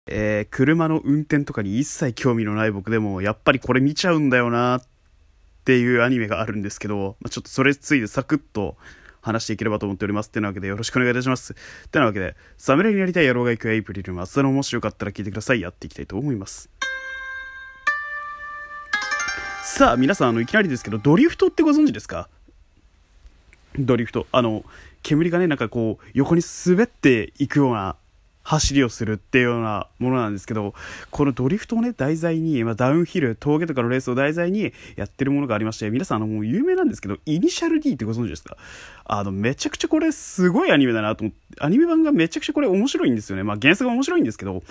車の運転とかに一切興味のない僕でもやっぱりこれ見ちゃうんだよなっていうアニメがあるんですけど、ちょっとそれについてサクッと話していければと思っております。ってなわけでよろしくお願いいたします。ってなわけで、侍になりたい野郎が行くエイプリル松田のもしよかったら聞いてください。やっていきたいと思います。さあ皆さん、いきなりですけど、ドリフトってご存知ですか？ドリフト、煙がね、なんかこう横に滑っていくような走りをするっていうようなものなんですけど、このドリフトをね題材に、ダウンヒル峠とかのレースを題材にやってるものがありまして、皆さんもう有名なんですけど、イニシャル D ってご存知ですか？めちゃくちゃこれすごいアニメだなと思って、アニメ版がめちゃくちゃこれ面白いんですよね。原作が面白いんですけど、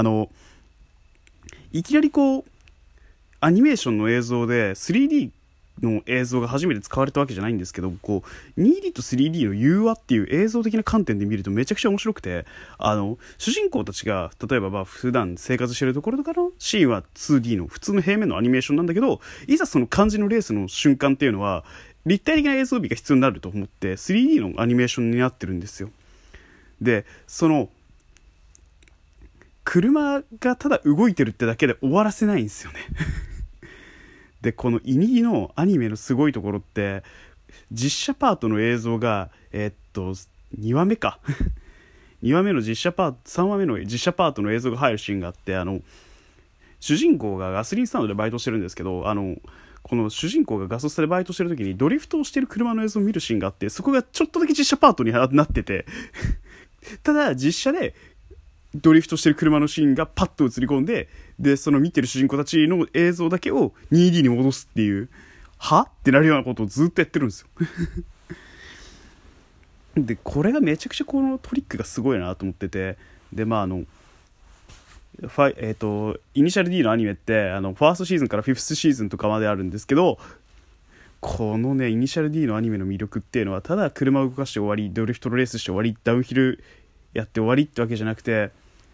いきなりこうアニメーションの映像で 3D の映像が初めて使われたわけじゃないんですけど、こう 2D と 3D の融和っていう映像的な観点で見るとめちゃくちゃ面白くて、主人公たちが例えば普段生活してるところとかのシーンは 2D の普通の平面のアニメーションなんだけど、いざその漢字のレースの瞬間っていうのは立体的な映像美が必要になると思って 3D のアニメーションになってるんですよ。で、その車がただ動いてるってだけで終わらせないんですよねで、このイニディのアニメのすごいところって、実写パートの映像が2話目か2話目の実写パート、3話目の実写パートの映像が入るシーンがあって、主人公がガソリンスタンドでバイトしてるんですけど、この主人公がガソスタでバイトしてる時にドリフトをしてる車の映像を見るシーンがあって、そこがちょっとだけ実写パートになっててただ実写でドリフトしてる車のシーンがパッと映り込んで、でその見てる主人公たちの映像だけを 2D に戻すっていう、はってなるようなことをずっとやってるんですよでこれがめちゃくちゃこのトリックがすごいなと思ってて、でイニシャル D のアニメってファーストシーズンからフィフスシーズンとかまであるんですけど、このねイニシャル D のアニメの魅力っていうのは、ただ車を動かして終わり、ドリフトのレースして終わり、ダウンヒルやって終わりってわけじゃなくて、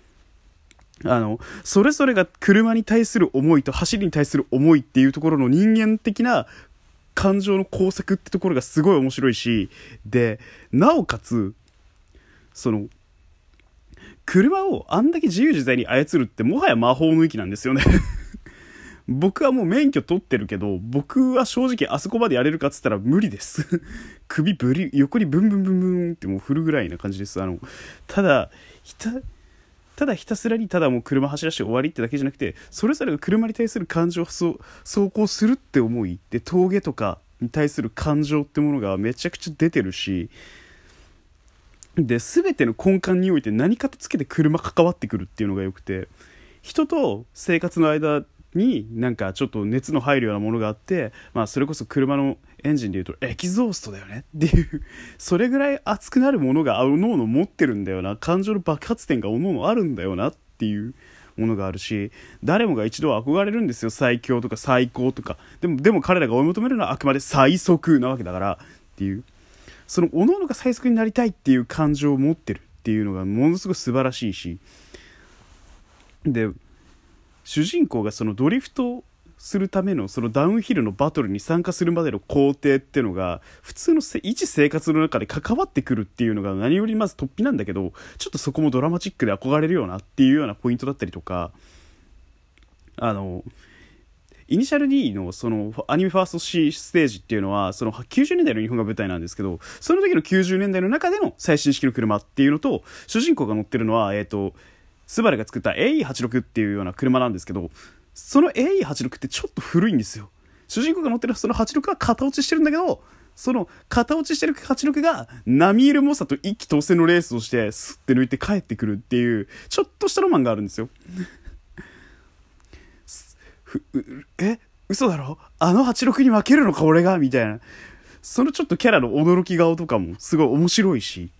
それぞれが車に対する思いと走りに対する思いっていうところの人間的な感情の工作ってところがすごい面白いし、でなおかつその車をあんだけ自由自在に操るってもはや魔法の域なんですよね僕はもう免許取ってるけど、僕は正直あそこまでやれるかっつったら無理です首横にブンブンブンブンってもう振るぐらいな感じです。ただひたすらにただもう車走らして終わりってだけじゃなくて、それぞれが車に対する感情を走行するって思いで、峠とかに対する感情ってものがめちゃくちゃ出てるし、で全ての根幹において何かとつけて車関わってくるっていうのがよくて、人と生活の間になんかちょっと熱の入るようなものがあって、それこそ車のエンジンでいうとエキゾーストだよねっていうそれぐらい熱くなるものがおのおの持ってるんだよな、感情の爆発点がおのおのあるんだよなっていうものがあるし、誰もが一度は憧れるんですよ、最強とか最高とか。でも彼らが追い求めるのはあくまで最速なわけだからっていう、そのおのおのが最速になりたいっていう感情を持ってるっていうのがものすごく素晴らしいし、で主人公がそのドリフトするためのそのダウンヒルのバトルに参加するまでの工程っていうのが普通の一生活の中で関わってくるっていうのが何よりまず突飛なんだけど、ちょっとそこもドラマチックで憧れるようなっていうようなポイントだったりとか、イニシャル D のそのアニメファーストステージっていうのはその90年代の日本が舞台なんですけど、その時の90年代の中での最新式の車っていうのと、主人公が乗ってるのはスバルが作った AE86 っていうような車なんですけど、その AE86 ってちょっと古いんですよ。主人公が乗ってるその86は型落ちしてるんだけど、その型落ちしてる86が並みいる猛者と一気当選のレースをしてスッて抜いて帰ってくるっていうちょっとしたロマンがあるんですよ嘘だろ、あの86に負けるのか俺がみたいな、そのちょっとキャラの驚き顔とかもすごい面白いし、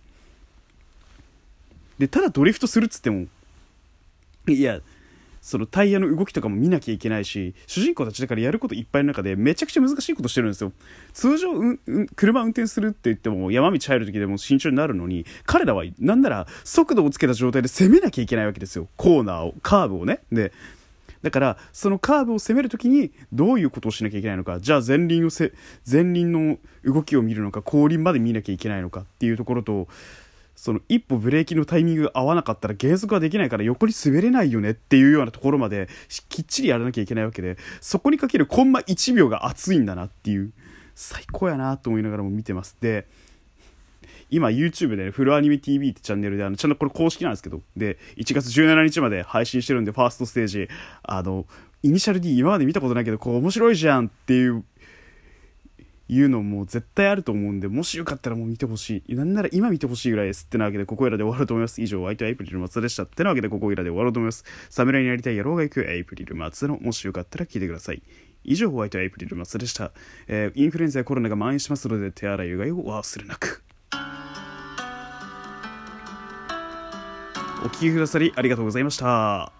でただドリフトするっつっても、いやそのタイヤの動きとかも見なきゃいけないし、主人公たちだからやることいっぱいの中でめちゃくちゃ難しいことしてるんですよ。通常、車運転するって言っても山道入る時でも慎重になるのに、彼らはなんなら速度をつけた状態で攻めなきゃいけないわけですよ、コーナーを、カーブをね。でだからそのカーブを攻めるときにどういうことをしなきゃいけないのか、じゃあ前輪の動きを見るのか後輪まで見なきゃいけないのかっていうところと、 その一歩ブレーキのタイミングが合わなかったら減速はできないから横に滑れないよねっていうようなところまできっちりやらなきゃいけないわけで、そこにかけるコンマ1秒が熱いんだなっていう、最高やなと思いながらも見てます。で今 YouTube で、ね、フルアニメ TV ってチャンネルでちゃんとこれ公式なんですけど、で1月17日まで配信してるんで、ファーストステージイニシャル D 今まで見たことないけどこう面白いじゃんっていうのも絶対あると思うんで、もしよかったらもう見てほしい。なんなら今見てほしいぐらいです。ってなわけでここいらで終わると思います。以上、相手はエイプリル松田でした。ってなわけでここいらで終わろうと思います。侍になりたい野郎が行くエイプリル松田の、もしよかったら聞いてください。以上、ホワイトエイプリル松田でした。インフルエンザやコロナが蔓延しますので手洗いうがいを忘れなく。お聞きくださりありがとうございました。